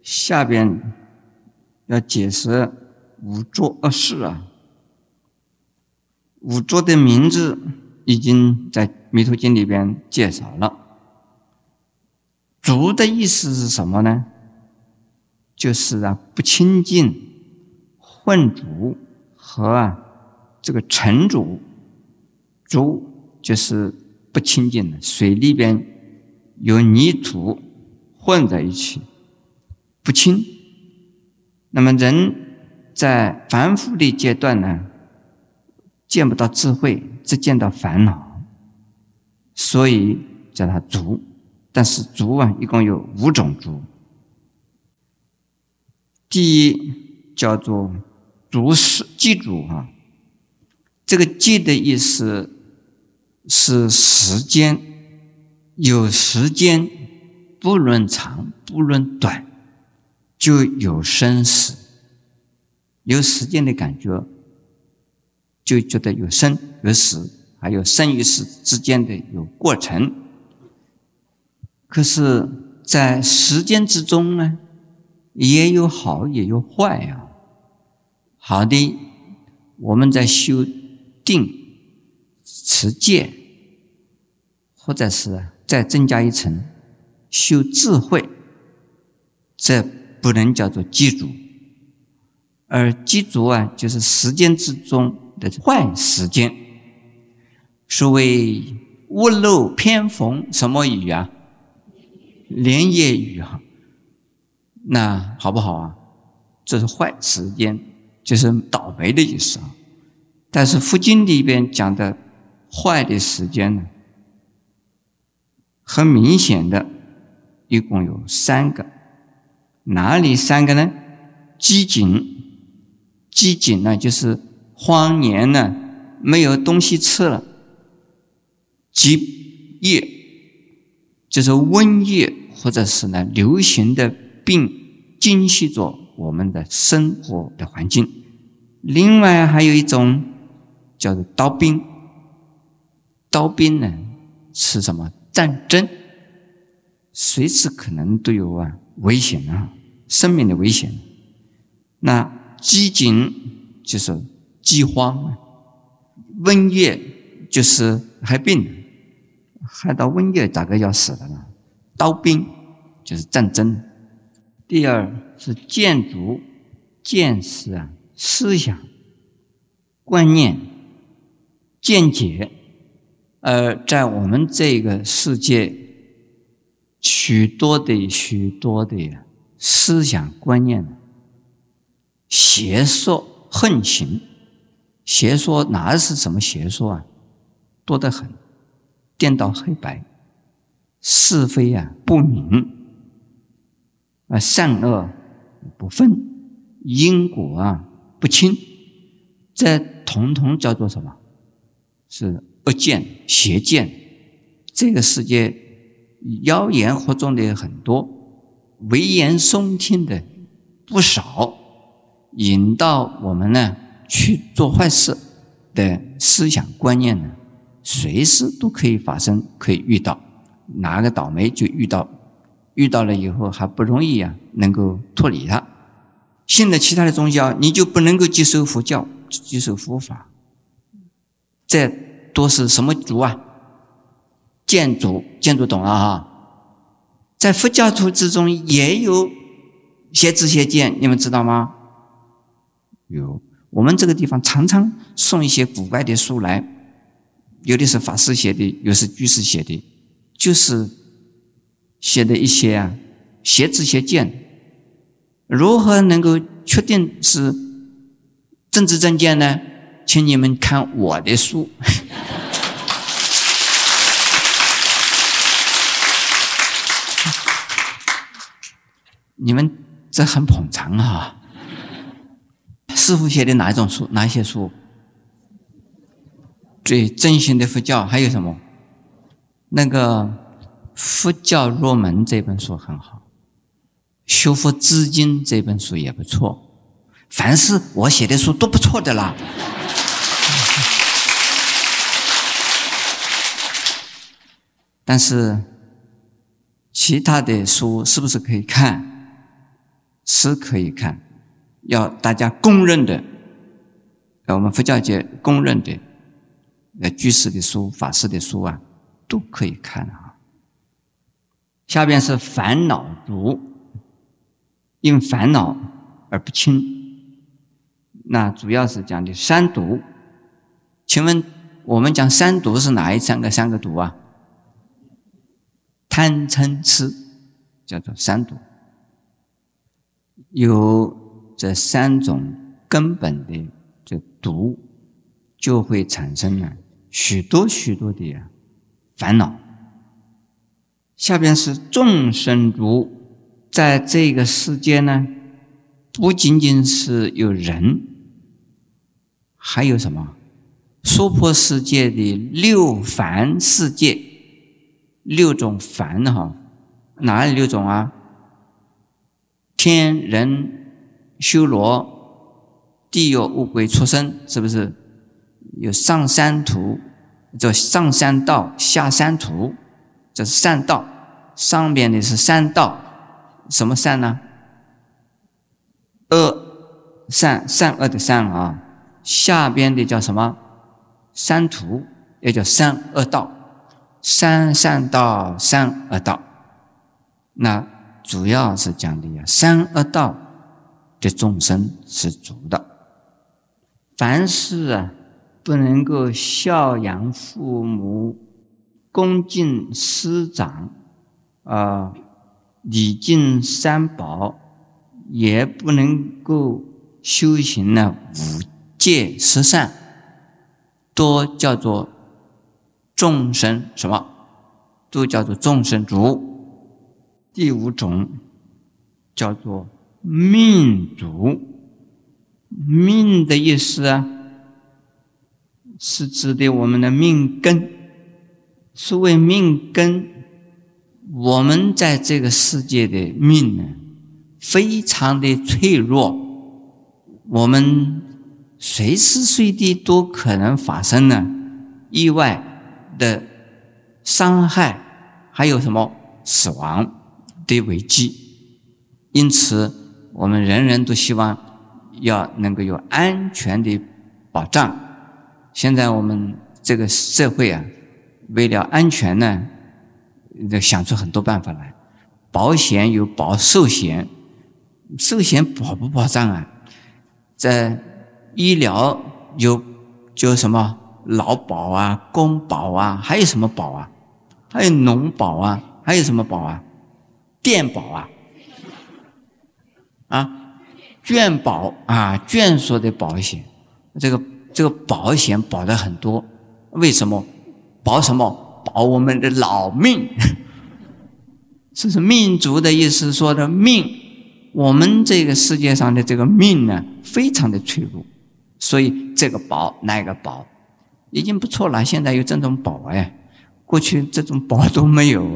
下边要解释五浊恶世啊。五浊的名字已经在《弥陀经》里边介绍了。浊的意思是什么呢？就是不清净、混浊和这个沉浊。浊就是不清净的，水里边有泥土混在一起，不清。那么人在凡夫的阶段呢，见不到智慧，只见到烦恼，所以叫它浊。但是浊一共有5种浊。第一叫做浊世积浊这个积的意思是时间，有时间，不论长不论短，就有生死，有时间的感觉，就觉得有生有死，还有生与死之间的有过程。可是在时间之中呢，也有好也有坏好的，我们在修定持戒，或者是再增加一层修智慧，这不能叫做积浊。而积浊就是时间之中的坏时间。所谓屋漏偏逢什么雨连夜雨那好不好这是坏时间，就是倒霉的意思但是佛经里边讲的坏的时间呢，很明显的一共有3个。哪里3个呢？饥馑，饥馑呢就是荒年呢没有东西吃了。疾疫就是瘟疫或者是流行的病侵袭着我们的生活的环境。另外还有一种叫做刀兵。刀兵呢是什么？战争，随时可能都有危险生命的危险。那饥馑就是饥荒，瘟疫就是害病，害到瘟疫大概要死了呢。刀兵就是战争。第二是见浊，见是思想、观念、见解。在我们这个世界，许多的思想观念邪说横行。邪说哪是什么邪说多得很，颠倒黑白，是非不明，善恶不分，因果不清，这统统叫做什么？是恶见、邪见。这个世界妖言惑众的很多，危言耸听的不少，引导我们呢去做坏事的思想观念呢，随时都可以发生，可以遇到。哪个倒霉就遇到了以后还不容易能够脱离它。信了其他的宗教，你就不能够接受佛教，接受佛法。这都是什么浊见浊懂了在佛教徒之中也有邪知邪见，你们知道吗？有。我们这个地方常常送一些古怪的书来，有的是法师写的，有的是居士写的，就是写的一些邪知邪见。如何能够确定是政治正见呢？请你们看我的书。你们这很捧场师父写的哪一些书？最真心的佛教还有什么？那个《佛教入门》这本书很好，《修佛资经》这本书也不错。凡是我写的书都不错的啦。但是其他的书是不是可以看？ 是可以看，要大家公认的，我们佛教界公认的居士的书、法师的书啊，都可以看啊。下边是烦恼毒，因烦恼而不清，那主要是讲的三毒。请问我们讲三毒是哪三个毒啊？贪嗔痴叫做三毒。有这三种根本的这毒，就会产生了许多的烦恼。下边是众生毒，在这个世界呢，不仅仅是有人，还有什么？娑婆世界的六凡世界，6种凡哈，哪6种啊？天人修罗地狱恶鬼畜生，是不是？有上三途，叫上三道下三途，这是三道。上边的是三道，什么善呢？善恶的善啊。下边的叫什么？三途，也叫三恶道。三善道，三恶道。那主要是讲的三恶道的众生是足的。凡事不能够孝养父母，恭敬师长，礼敬三宝，也不能够修行五戒十善，都叫做众生什么？都叫做众生族。第5种叫做命族。命的意思是指的我们的命根。所谓命根，我们在这个世界的命非常的脆弱，我们随时随地都可能发生意外的伤害，还有什么死亡的危机。因此我们人人都希望要能够有安全的保障。现在我们这个社会为了安全想出很多办法来。保险有保寿险，寿险保不保障在医疗有什么劳保公保还有什么保还有农保还有什么保电保眷保眷属的保险，这个保险保的很多。为什么？保什么？保我们的老命。这是命族的意思，说的命，我们这个世界上的这个命非常的脆弱，所以这个保那个保已经不错了。现在有这种保过去这种保都没有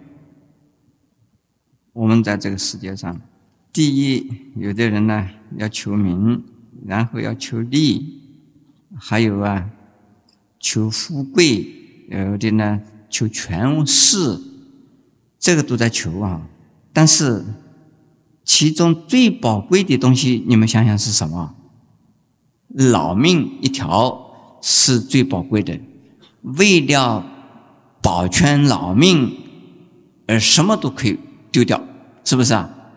我们在这个世界上，第一，有的人要求名，然后要求利，还有求富贵，有的求权势，这个都在求但是其中最宝贵的东西，你们想想是什么？老命一条是最宝贵的。为了保全老命，而什么都可以丢掉，是不是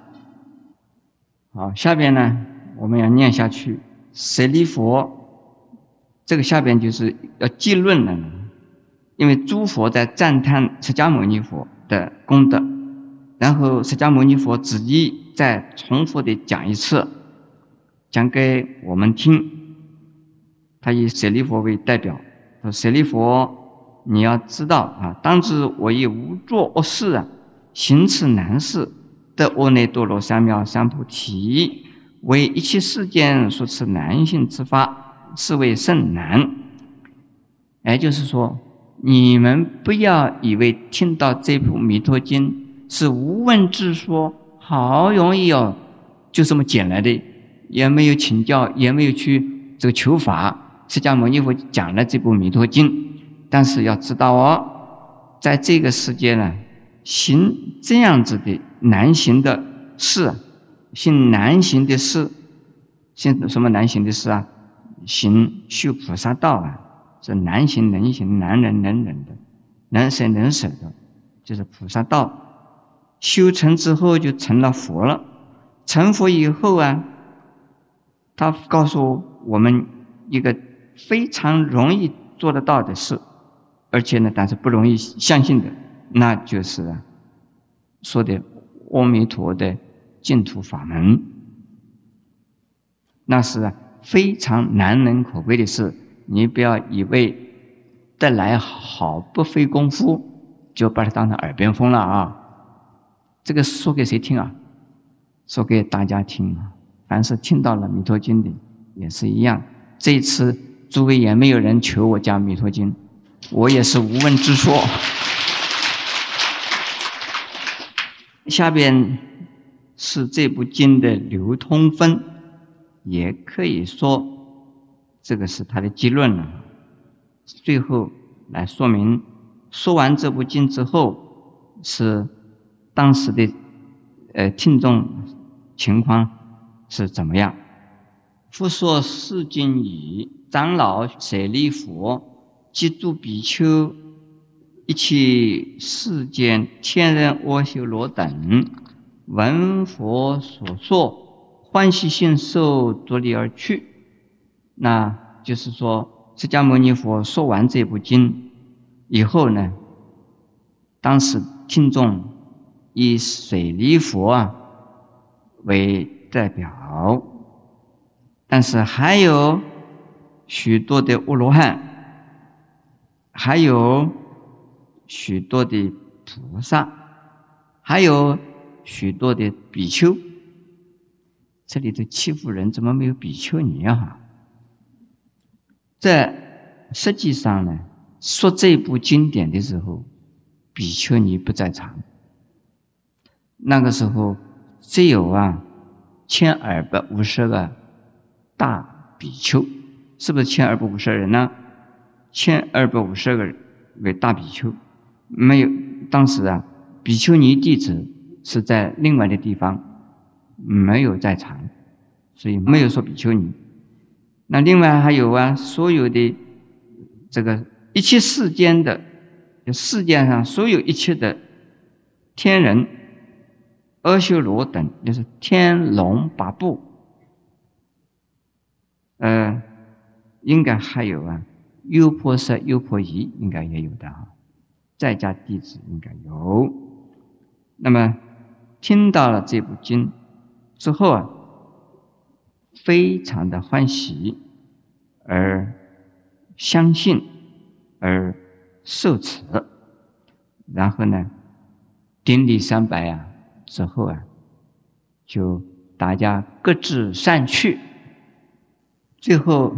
好，下边我们要念下去。舍利弗，这个下边就是要记论了，因为诸佛在赞叹释迦牟尼佛的功德，然后释迦牟尼佛自己再重复的讲一次，讲给我们听。他以舍利弗为代表，说舍利弗，你要知道当知我亦无作恶事行此难事，得阿耨多罗三藐三菩提，为一切世间所持难行之法，是为甚难。就是说，你们不要以为听到这部弥陀经是无问自说，好容易就这么捡来的，也没有请教，也没有去这个求法。释迦牟尼佛讲了这部弥陀经，但是要知道在这个世界行这样子的难行的事行难行的事，行什么难行的事啊？行修菩萨道啊，是难行能行、难忍能忍的，能舍能舍的，就是菩萨道。修成之后就成了佛了。成佛以后啊，他告诉我们一个非常容易做得到的事，而且呢，但是不容易相信的，那就是说的阿弥陀的净土法门。那是非常难能可贵的事。你不要以为得来好不费功夫，就把它当成耳边风了啊！这个说给谁听啊？说给大家听啊！凡是听到了《弥陀经》的，也是一样。这一次诸位也没有人求我讲《弥陀经》，我也是无问之说。下边是这部经的流通分，也可以说这个是它的结论了。最后来说明，说完这部经之后，是当时的听众情况是怎么样？复说是经已，长老舍利弗及诸比丘一切世间天人阿修罗等，闻佛所说，欢喜信受，着力而去。那就是说，释迦牟尼佛说完这部经以后呢，当时听众以舍利弗为代表，但是还有许多的阿罗汉，还有许多的菩萨，还有许多的比丘。这里头欺负人，怎么没有比丘尼啊？这实际上呢，说这部经典的时候，比丘尼不在场。那个时候只有1250个大比丘，是不是1250人呢？1250个为大比丘，没有。当时比丘尼弟子是在另外的地方，没有在场，所以没有说比丘尼。那另外还有所有的这个一切世间的世界上所有一切的天人、阿修罗等，就是天龙八部，应该还有优婆塞、优婆夷，应该也有的在家弟子应该有。那么听到了这部经之后非常的欢喜，而相信，而受持。然后呢，顶礼300之后就大家各自散去。最后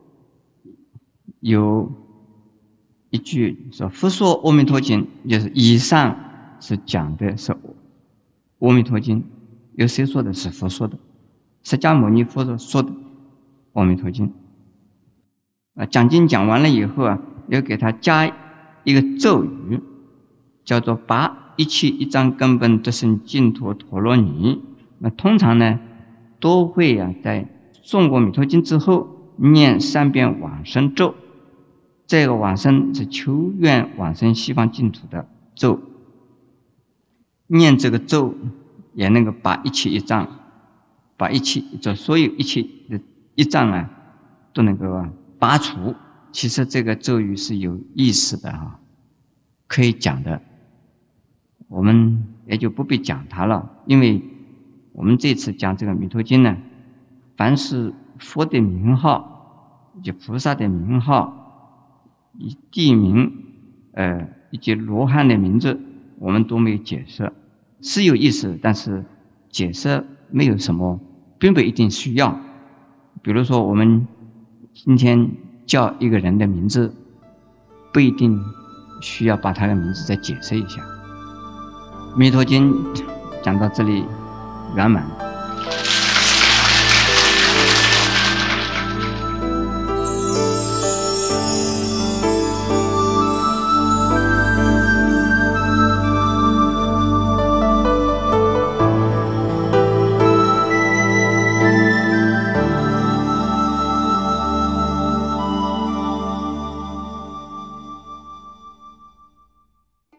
有一句说：“佛说阿弥陀经”，就是以上是讲的是阿弥陀经，有谁说的？是佛说的，释迦牟尼佛说的阿弥陀经。讲经讲完了以后要给他加一个咒语，叫做拔一切一障根本得生净土陀罗尼。那通常呢，都会在诵过弥陀经之后念3遍往生咒。这个往生是求愿往生西方净土的咒。念这个咒也能够把一切一障，把一切所有一切的一障都能够拔除。其实这个咒语是有意思的可以讲的，我们也就不必讲它了。因为我们这次讲这个弥陀经呢，凡是佛的名号以及菩萨的名号，以地名以及罗汉的名字，我们都没有解释，是有意思，但是解释没有什么，并不一定需要。比如说我们今天叫一个人的名字，不一定需要把他的名字再解释一下。弥陀经讲到这里圆满。